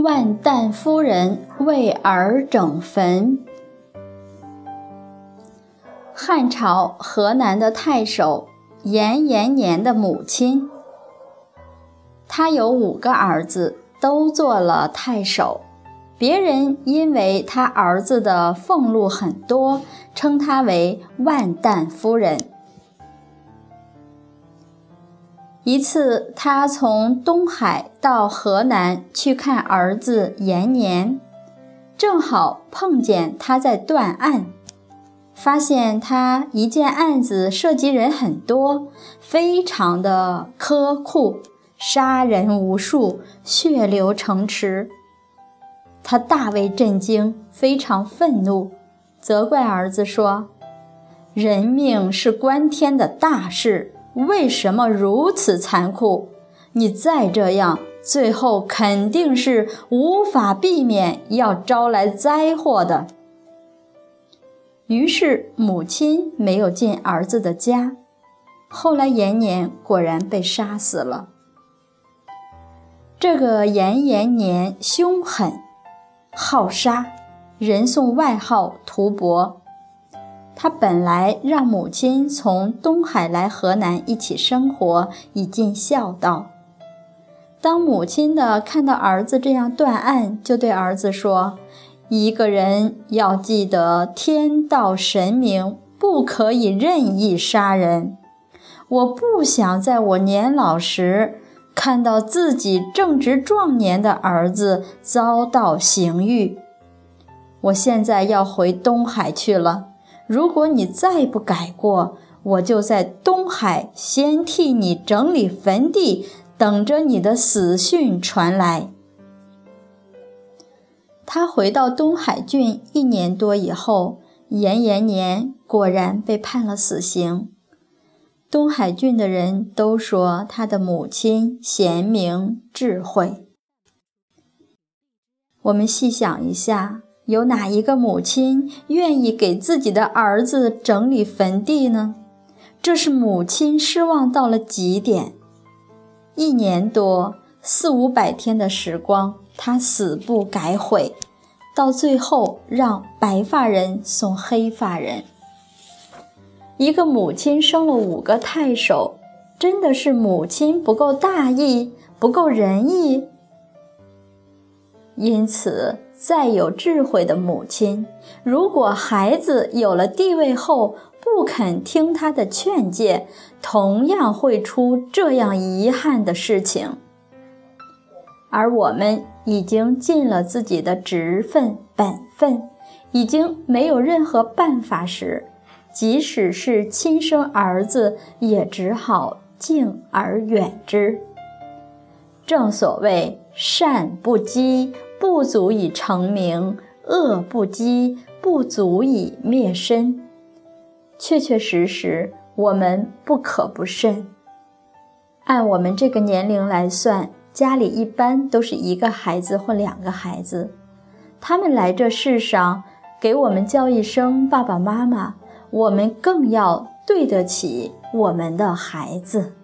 万旦夫人为儿整坟。汉朝河南的太守严延年的母亲，他有5个儿子，都做了太守。别人因为他儿子的俸禄很多，称他为万旦夫人。一次，他从东海到河南去看儿子延年，正好碰见他在断案，发现他一件案子涉及人很多，非常的苛酷，杀人无数，血流成池。他大为震惊，非常愤怒，责怪儿子说：人命是关天的大事，为什么如此残酷？你再这样，最后肯定是无法避免要招来灾祸的。于是母亲没有进儿子的家，后来延年果然被杀死了。这个严延年凶狠好杀，人送外号屠伯。他本来让母亲从东海来河南一起生活，以尽孝道。当母亲的看到儿子这样断案，就对儿子说：一个人要记得天道神明，不可以任意杀人。我不想在我年老时看到自己正值壮年的儿子遭到刑狱。我现在要回东海去了，如果你再不改过，我就在东海先替你整理坟地，等着你的死讯传来。他回到东海郡1年多以后，严延年果然被判了死刑。东海郡的人都说他的母亲贤明智慧。我们细想一下，有哪一个母亲愿意给自己的儿子整理坟地呢？这是母亲失望到了极点。1年多400-500天的时光，他死不改悔，到最后让白发人送黑发人。一个母亲生了5个太守，真的是母亲不够大义，不够仁义？因此，再有智慧的母亲，如果孩子有了地位后不肯听他的劝诫，同样会出这样遗憾的事情。而我们已经尽了自己的职分本分，已经没有任何办法时，即使是亲生儿子，也只好敬而远之。正所谓善不积，不足以成名；恶不积，不足以灭身。确确实实，我们不可不慎。按我们这个年龄来算，家里一般都是1个孩子或2个孩子，他们来这世上给我们叫一声爸爸妈妈，我们更要对得起我们的孩子。